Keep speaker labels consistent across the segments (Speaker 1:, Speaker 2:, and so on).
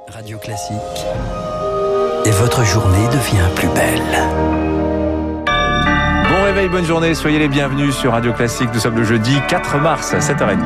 Speaker 1: Radio Classique. Et votre journée devient plus belle.
Speaker 2: Bon réveil, bonne journée, soyez les bienvenus sur Radio Classique. Nous sommes le jeudi 4 mars à 7h30.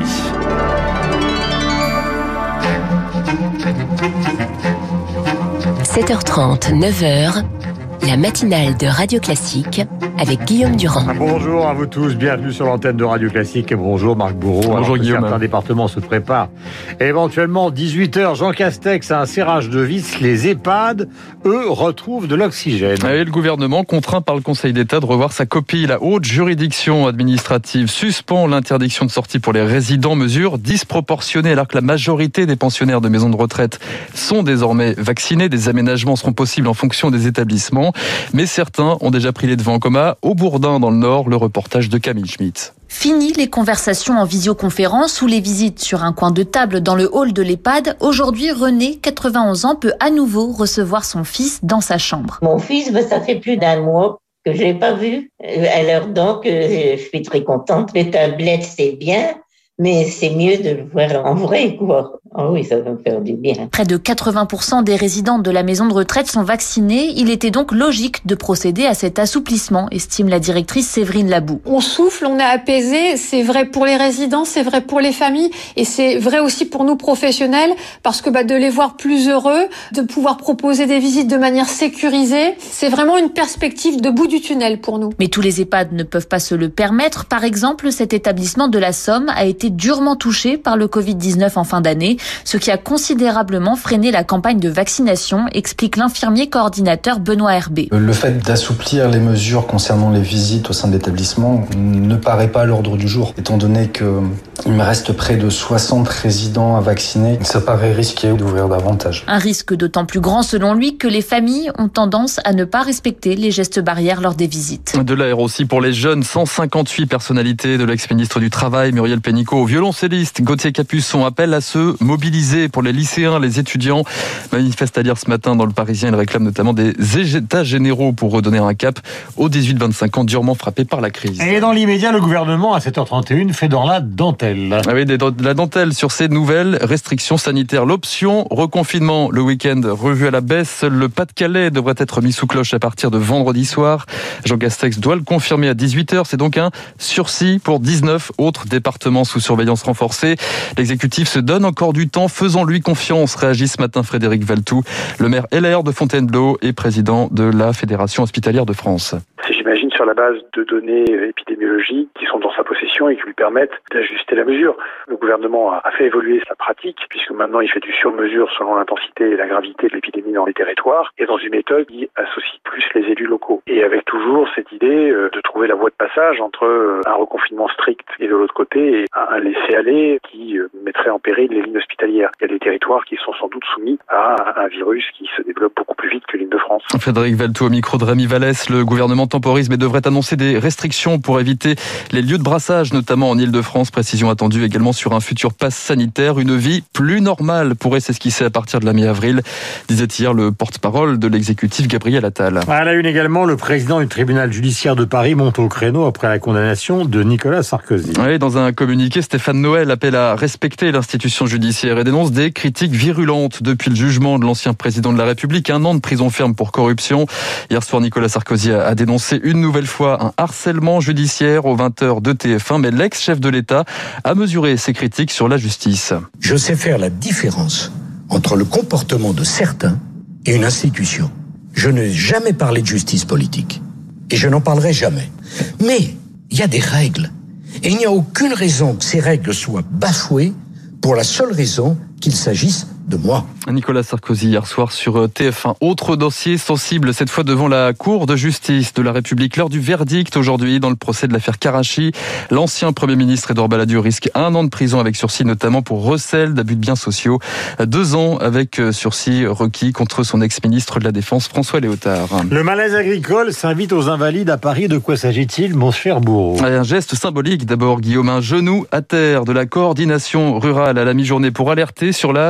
Speaker 3: « 7h30, 9h, la matinale de Radio Classique avec Guillaume Durand.
Speaker 4: Bonjour à vous tous, bienvenue sur l'antenne de Radio Classique et bonjour Marc Bourreau.
Speaker 2: Bonjour Guillaume.
Speaker 4: Certains départements se préparent. Et éventuellement, 18h, Jean Castex a un serrage de vis. Les EHPAD, eux, retrouvent de l'oxygène.
Speaker 5: Et le gouvernement, contraint par le Conseil d'État de revoir sa copie. La haute juridiction administrative suspend l'interdiction de sortie pour les résidents, mesure disproportionnée alors que la majorité des pensionnaires de maisons de retraite sont désormais vaccinés. Des aménagements seront possibles en fonction des établissements. Mais certains ont déjà pris les devants, comme au Bourdin dans le Nord, le reportage de Camille Schmitt.
Speaker 6: Fini les conversations en visioconférence ou les visites sur un coin de table dans le hall de l'EHPAD. Aujourd'hui, René, 91 ans, peut à nouveau recevoir son fils dans sa chambre.
Speaker 7: Mon fils, ça fait plus d'un mois que je l'ai pas vu. Alors donc, je suis très contente. Les tablettes, c'est bien, mais c'est mieux de le voir en vrai, quoi. Oh oui, ça va me faire du bien.
Speaker 6: Près de 80% des résidents de la maison de retraite sont vaccinés. Il était donc logique de procéder à cet assouplissement, estime la directrice Séverine Labou.
Speaker 8: On souffle, on est apaisé. C'est vrai pour les résidents, c'est vrai pour les familles et c'est vrai aussi pour nous professionnels parce que de les voir plus heureux, de pouvoir proposer des visites de manière sécurisée, c'est vraiment une perspective de bout du tunnel pour nous.
Speaker 6: Mais tous les EHPAD ne peuvent pas se le permettre. Par exemple, cet établissement de la Somme a été durement touché par le Covid-19 en fin d'année, ce qui a considérablement freiné la campagne de vaccination, explique l'infirmier coordinateur Benoît Herbé.
Speaker 9: Le fait d'assouplir les mesures concernant les visites au sein de l'établissement ne paraît pas à l'ordre du jour, étant donné qu'il me reste près de 60 résidents à vacciner. Ça paraît risqué d'ouvrir davantage.
Speaker 6: Un risque d'autant plus grand selon lui que les familles ont tendance à ne pas respecter les gestes barrières lors des visites.
Speaker 5: De l'air aussi pour les jeunes, 158 personnalités de l'ex-ministre du Travail, Muriel Pénicaud, au violoncelliste Gauthier Capuçon, appelle à se mobilisés pour les lycéens, les étudiants. Manifeste à lire ce matin dans le Parisien. Il réclame notamment des états généraux pour redonner un cap aux 18-25 ans durement frappés par la crise.
Speaker 4: Et dans l'immédiat, le gouvernement, à 7h31, fait dans la dentelle.
Speaker 5: Ah oui, de la dentelle sur ces nouvelles restrictions sanitaires. L'option reconfinement le week-end revue à la baisse. Seul le Pas-de-Calais devrait être mis sous cloche à partir de vendredi soir. Jean Castex doit le confirmer à 18h. C'est donc un sursis pour 19 autres départements sous surveillance renforcée. L'exécutif se donne encore du temps, faisons-lui confiance, réagit ce matin Frédéric Valtou, le maire LR de Fontainebleau et président de la Fédération hospitalière de France.
Speaker 10: C'est, j'imagine, sur la base de données épidémiologiques qui sont dans sa possession et qui lui permettent d'ajuster la mesure. Le gouvernement a fait évoluer sa pratique puisque maintenant il fait du sur-mesure selon l'intensité et la gravité de l'épidémie dans les territoires et dans une méthode qui associe plus les élus locaux. Et avec toujours cette idée de trouver la voie de passage entre un reconfinement strict et de l'autre côté un laisser-aller qui mettrait en péril les lignes hospitalières. Il y a des territoires qui sont sans doute soumis à un virus qui se développe beaucoup plus vite que l'Île-de-France.
Speaker 5: Frédéric Valtou au micro de Rémi Vallès. Le gouvernement temporise mais devrait annoncer des restrictions pour éviter les lieux de brassage, notamment en Île-de-France. Précision attendue également sur un futur pass sanitaire. Une vie plus normale pourrait s'esquisser à partir de la mi-avril, disait hier le porte-parole de l'exécutif Gabriel Attal.
Speaker 4: À la une également, le président du tribunal judiciaire de Paris monte au créneau après la condamnation de Nicolas Sarkozy.
Speaker 5: Oui, dans un communiqué, Stéphane Noël appelle à respecter l'institution judiciaire et dénonce des critiques virulentes depuis le jugement de l'ancien président de la République. 1 an de prison ferme pour corruption. Hier soir, Nicolas Sarkozy a dénoncé une nouvelle fois un harcèlement judiciaire aux 20h de TF1, mais l'ex-chef de l'État a mesuré ses critiques sur la justice.
Speaker 11: Je sais faire la différence entre le comportement de certains et une institution. Je n'ai jamais parlé de justice politique et je n'en parlerai jamais. Mais il y a des règles et il n'y a aucune raison que ces règles soient bafouées pour la seule raison qu'il s'agisse de moi.
Speaker 5: Nicolas Sarkozy hier soir sur TF1. Autre dossier sensible, cette fois devant la Cour de justice de la République. L'heure du verdict aujourd'hui dans le procès de l'affaire Karachi. L'ancien Premier ministre Édouard Balladur risque 1 an de prison avec sursis, notamment pour recel d'abus de biens sociaux. 2 ans avec sursis requis contre son ex-ministre de la Défense, François Léotard.
Speaker 4: Le malaise agricole s'invite aux Invalides à Paris. De quoi s'agit-il, mon cher Bourreau ?
Speaker 5: Un geste symbolique d'abord, Guillaume. Un genou à terre de la coordination rurale à la mi-journée pour alerter sur la situation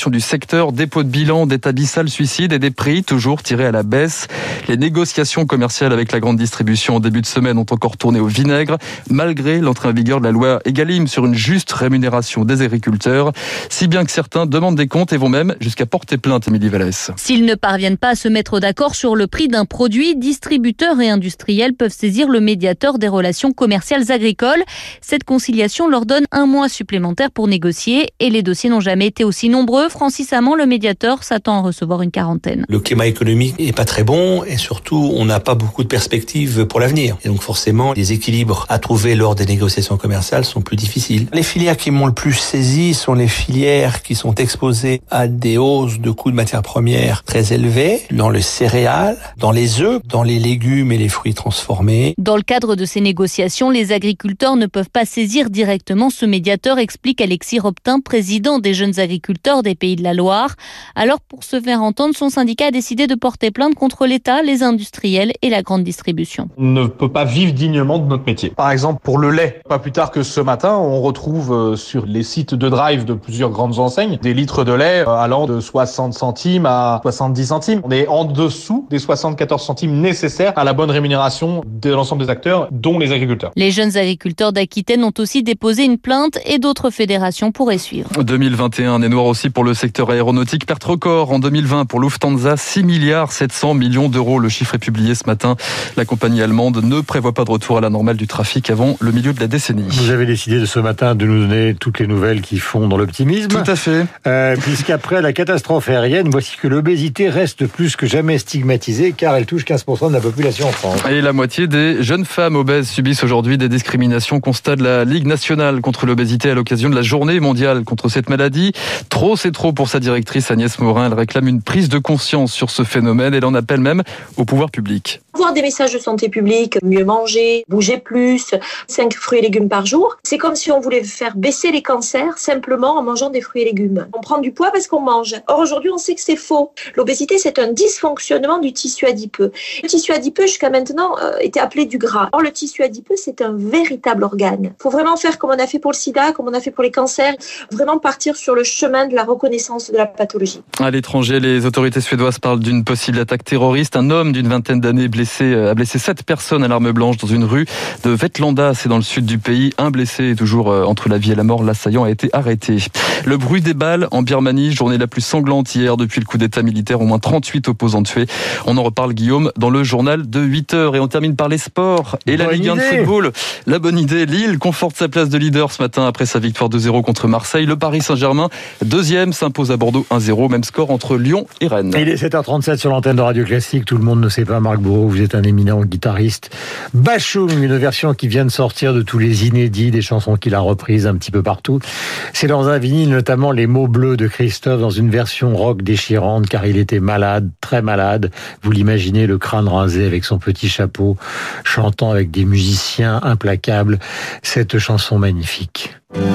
Speaker 5: direction du secteur, dépôt de bilan, d'état abyssal, suicide et des prix toujours tirés à la baisse. Les négociations commerciales avec la grande distribution en début de semaine ont encore tourné au vinaigre, malgré l'entrée en vigueur de la loi Egalim sur une juste rémunération des agriculteurs, si bien que certains demandent des comptes et vont même jusqu'à porter plainte, Émilie Vallès.
Speaker 12: S'ils ne parviennent pas à se mettre d'accord sur le prix d'un produit, distributeurs et industriels peuvent saisir le médiateur des relations commerciales agricoles. Cette conciliation leur donne un mois supplémentaire pour négocier et les dossiers n'ont jamais été aussi nombreux. Francis Hamon, le médiateur, s'attend à recevoir une quarantaine.
Speaker 13: Le climat économique est pas très bon et surtout on n'a pas beaucoup de perspectives pour l'avenir. Et donc forcément les équilibres à trouver lors des négociations commerciales sont plus difficiles. Les filières qui m'ont le plus saisi sont les filières qui sont exposées à des hausses de coûts de matières premières très élevées, dans le céréales, dans les œufs, dans les légumes et les fruits transformés.
Speaker 12: Dans le cadre de ces négociations, les agriculteurs ne peuvent pas saisir directement ce médiateur, explique Alexis Robtin, président des jeunes agriculteurs des Pays de la Loire. Alors pour se faire entendre, son syndicat a décidé de porter plainte contre l'État, les industriels et la grande distribution.
Speaker 14: On ne peut pas vivre dignement de notre métier. Par exemple, pour le lait, pas plus tard que ce matin, on retrouve sur les sites de drive de plusieurs grandes enseignes des litres de lait allant de 60 centimes à 70 centimes. On est en dessous des 74 centimes nécessaires à la bonne rémunération de l'ensemble des acteurs, dont les agriculteurs.
Speaker 12: Les jeunes agriculteurs d'Aquitaine ont aussi déposé une plainte et d'autres fédérations pourraient suivre.
Speaker 5: 2021 est noir aussi pour le secteur aéronautique. Perte record en 2020 pour Lufthansa, 6 milliards 700 millions d'euros. Le chiffre est publié ce matin. La compagnie allemande ne prévoit pas de retour à la normale du trafic avant le milieu de la décennie.
Speaker 4: Vous avez décidé de ce matin de nous donner toutes les nouvelles qui font dans l'optimisme.
Speaker 5: Tout à fait.
Speaker 4: Puisqu'après la catastrophe aérienne, voici que l'obésité reste plus que jamais stigmatisée car elle touche 15% de la population en France.
Speaker 5: Et la moitié des jeunes femmes obèses subissent aujourd'hui des discriminations, constate la Ligue nationale contre l'obésité à l'occasion de la journée mondiale contre cette maladie. Trop, c'est trop pour sa directrice Agnès Morin. Elle réclame une prise de conscience sur ce phénomène. Elle en appelle même au pouvoir public.
Speaker 15: Avoir des messages de santé publique, mieux manger, bouger plus, 5 fruits et légumes par jour. C'est comme si on voulait faire baisser les cancers simplement en mangeant des fruits et légumes. On prend du poids parce qu'on mange. Or aujourd'hui, on sait que c'est faux. L'obésité, c'est un dysfonctionnement du tissu adipeux. Le tissu adipeux, jusqu'à maintenant, était appelé du gras. Or, le tissu adipeux, c'est un véritable organe. Il faut vraiment faire comme on a fait pour le sida, comme on a fait pour les cancers, vraiment partir sur le chemin de la reconnaissance de la pathologie.
Speaker 5: À l'étranger, les autorités suédoises parlent d'une possible attaque terroriste. Un homme d'une vingtaine d'années a blessé 7 personnes à l'arme blanche dans une rue de Vetlanda, c'est dans le sud du pays. Un blessé est toujours entre la vie et la mort. L'assaillant a été arrêté. Le bruit des balles en Birmanie, journée la plus sanglante hier depuis le coup d'état militaire. Au moins 38 opposants tués. On en reparle, Guillaume, dans le journal de 8h. Et on termine par les sports et la Ligue 1 de football. La bonne idée, Lille conforte sa place de leader ce matin après sa victoire 2-0 contre Marseille. Le Paris Saint-Germain, deuxième, s'impose à Bordeaux 1-0. Même score entre Lyon et Rennes.
Speaker 4: Il est 7h37 sur l'antenne de Radio Classique. Tout le monde ne sait pas, Marc Bourreau, vous êtes un éminent guitariste. Bachung, une version qui vient de sortir de tous les inédits, des chansons qu'il a reprises un petit peu partout. C'est dans un vinyle, notamment Les mots bleus de Christophe, dans une version rock déchirante, car il était malade, très malade. Vous l'imaginez, le crâne rasé avec son petit chapeau, chantant avec des musiciens implacables, cette chanson magnifique.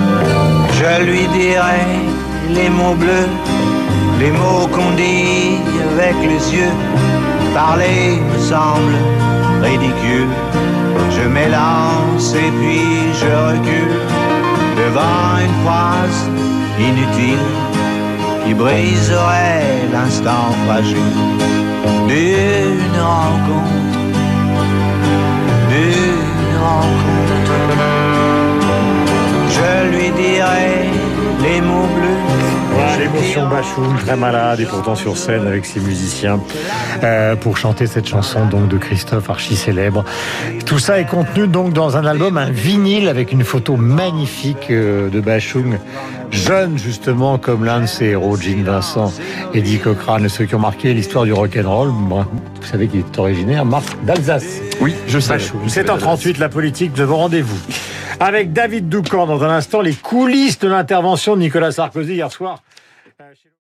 Speaker 16: Je lui dirai les mots bleus, les mots qu'on dit avec les yeux. Parler me semble ridicule. Je m'élance et puis je recule devant une phrase inutile qui briserait l'instant fragile d'une rencontre, d'une rencontre. Je lui dirai les mots bleus.
Speaker 4: Voilà, l'émotion Bachung, très malade et pourtant sur scène avec ses musiciens pour chanter cette chanson donc de Christophe, archi célèbre. Tout ça est contenu donc dans un album, un vinyle avec une photo magnifique de Bachung, jeune justement comme l'un de ses héros, Gene Vincent, Eddie Cochrane, ceux qui ont marqué l'histoire du rock'n'roll. Vous savez qu'il est originaire, Marc, d'Alsace.
Speaker 5: Oui, je sais.
Speaker 4: 7h38, la politique de vos rendez-vous. Avec David Doucan, dans un instant, les coulisses de l'intervention de Nicolas Sarkozy hier soir.